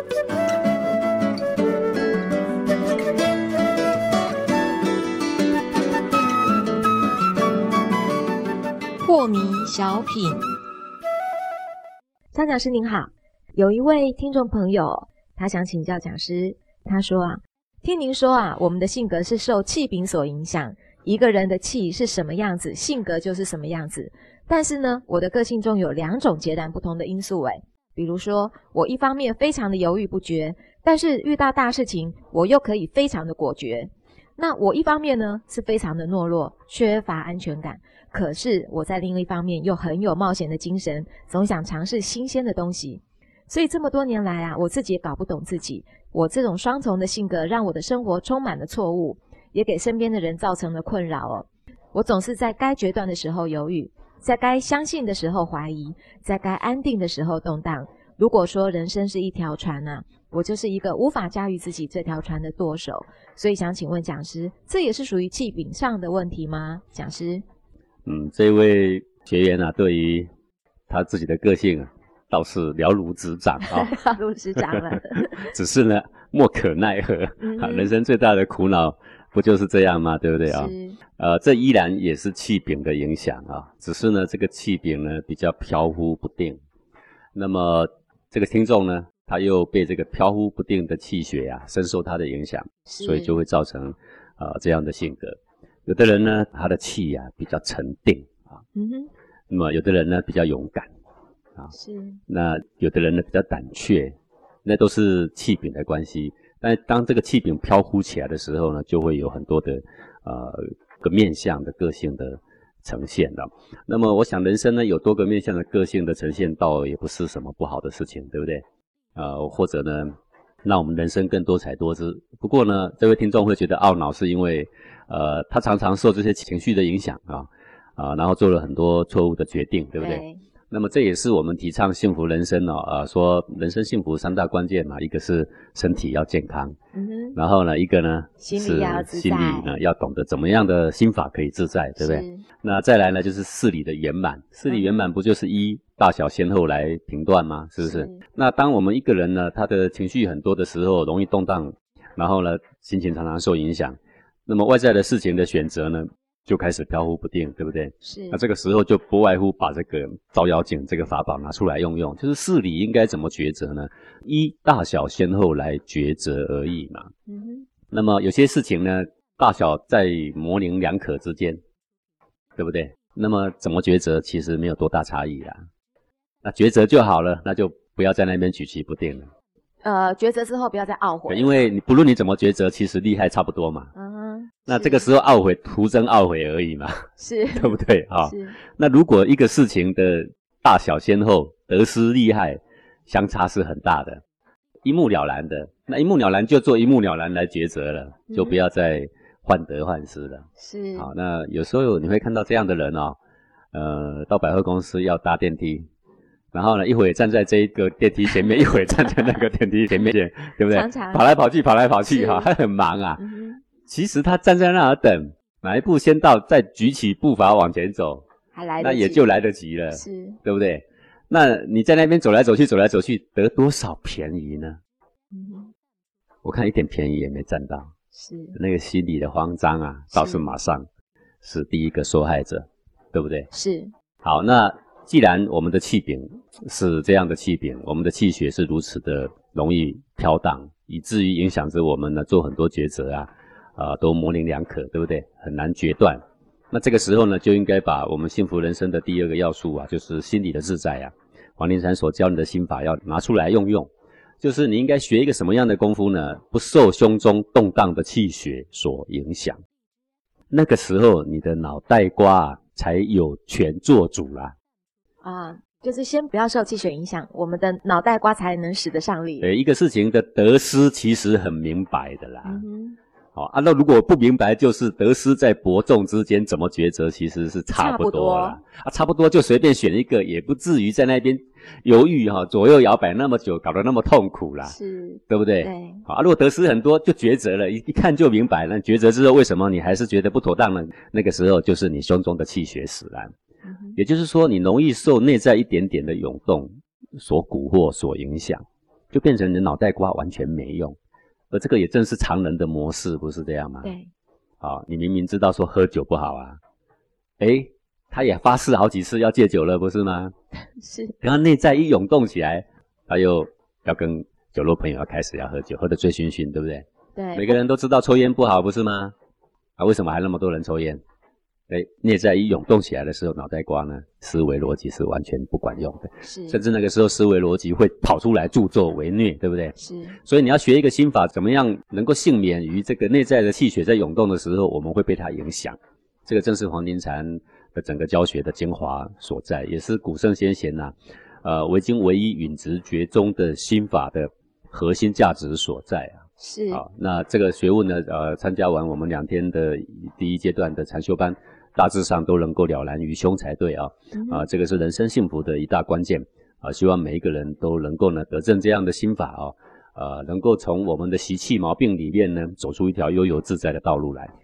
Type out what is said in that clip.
破迷小品。张讲师您好，有一位听众朋友，他想请教讲师，他说听您说我们的性格是受气柄所影响，一个人的气是什么样子，性格就是什么样子。但是呢，我的个性中有2种截然不同的因素比如说，我一方面非常的犹豫不决，但是遇到大事情，我又可以非常的果决。那我一方面呢是非常的懦弱，缺乏安全感，可是我在另一方面又很有冒险的精神，总想尝试新鲜的东西。所以这么多年来我自己也搞不懂自己，我这种双重的性格让我的生活充满了错误，也给身边的人造成了困扰我总是在该决断的时候犹豫，在该相信的时候怀疑，在该安定的时候动荡。如果说人生是一条船我就是一个无法驾驭自己这条船的舵手。所以想请问讲师，这也是属于气柄上的问题吗？讲师。 这位学员对于他自己的个性倒是了如指掌了如指掌了只是呢莫可奈何人生最大的苦恼不就是这样吗？对不对这依然也是气柄的影响只是呢这个气柄呢比较飘忽不定。那么这个听众呢，他又被这个飘忽不定的气血深受他的影响，所以就会造成这样的性格。有的人呢，他的气比较沉定那么有的人呢比较勇敢是。 那有的人呢比较胆怯，那都是气柄的关系。但当这个气柄飘忽起来的时候呢，就会有很多的个面向的个性的呈现了。那么我想人生呢有多个面向的个性的呈现，倒也不是什么不好的事情，对不对？或者呢让我们人生更多彩多姿。不过呢这位听众会觉得懊恼，是因为他常常受这些情绪的影响然后做了很多错误的决定，对不对？ 对。 那么这也是我们提倡幸福人生说人生幸福3大关键一个是身体要健康然后呢一个呢心理要自在， 心理呢要懂得怎么样的心法可以自在，对不对？那再来呢就是事理的圆满。事理圆满不就是依大小先后来评断吗？是不是？那当我们一个人呢他的情绪很多的时候，容易动荡，然后呢心情常常受影响，那么外在的事情的选择呢就开始飘忽不定，对不对？ 是。 那这个时候就不外乎把这个照妖镜这个法宝拿出来用，就是事理应该怎么抉择呢？依大小先后来抉择而已嘛。那么有些事情呢大小在模棱两可之间，对不对？那么怎么抉择其实没有多大差异啦。那抉择就好了，那就不要在那边举棋不定了。 抉择之后不要再懊悔， 因为不论你怎么抉择，其实利害差不多嘛。那这个时候懊悔，徒增懊悔而已嘛， 是， 对不对那如果一个事情的大小先后、得失利害相差是很大的，一目了然的，那一目了然就做一目了然来抉择了，就不要再患得患失了。 是。 那有时候你会看到这样的人到百货公司要搭电梯，然后呢一会站在这一个电梯前面，一会站在那个电梯前面，对不对？ 常常跑来跑去他很忙其实他站在那儿等，哪一步先到，再举起步伐往前走， 还来得及， 那也就来得及了， 是， 对不对？那你在那边走来走去得多少便宜呢？我看一点便宜也没占到， 是。 那个心理的慌张倒是马上是第一个受害者，对不对？ 是。 好，那既然我们的气柄是这样的气柄，我们的气血是如此的容易飘荡，以至于影响着我们呢做很多抉择都模棱两可，对不对？很难决断。那这个时候呢就应该把我们幸福人生的第2个要素就是心理的自在黄庭禅所教你的心法要拿出来用，就是你应该学一个什么样的功夫呢？不受胸中动荡的气血所影响，那个时候你的脑袋瓜才有权做主啦。 就是先不要受气血影响，我们的脑袋瓜才能使得上力。 对，一个事情的得失其实很明白的啦。那如果不明白，就是得失在伯仲之间怎么抉择，其实是差不多啦。差不多就随便选一个，也不至于在那边犹豫左右摇摆那么久，搞得那么痛苦啦， 是， 对不对？ 对。 如果得失很多就抉择了，一看就明白，那抉择之后为什么你还是觉得不妥当呢？那个时候就是你胸中的气血使然。也就是说你容易受内在一点点的涌动所蛊惑所影响， 就变成你的脑袋瓜完全没用。而这个也正是常人的模式，不是这样吗？ 对。 你明明知道说喝酒不好啊，他也发誓好几次要戒酒了，不是吗？ 是。 然后内在一涌动起来，他又要跟酒肉朋友要开始要喝酒，喝得醉醺醺，对不对？ 对。 每个人都知道抽烟不好，不是吗？为什么还那么多人抽烟？内在一涌动起来的时候，脑袋瓜呢，思维逻辑是完全不管用的， 是， 甚至那个时候思维逻辑会跑出来助纣为虐，对不对？ 是。 所以你要学一个心法，怎么样能够幸免于这个内在的气血在涌动的时候，我们会被它影响。这个正是黄庭禅的整个教学的精华所在，也是古圣先贤唯精唯一允直觉中的心法的核心价值所在啊。 是。 那这个学问呢，参加完我们2天的第一阶段的禅修班，大致上都能够了然于胸才对啊。这个是人生幸福的一大关键啊。希望每一个人都能够呢得证这样的心法能够从我们的习气毛病里面呢走出一条悠游自在的道路来。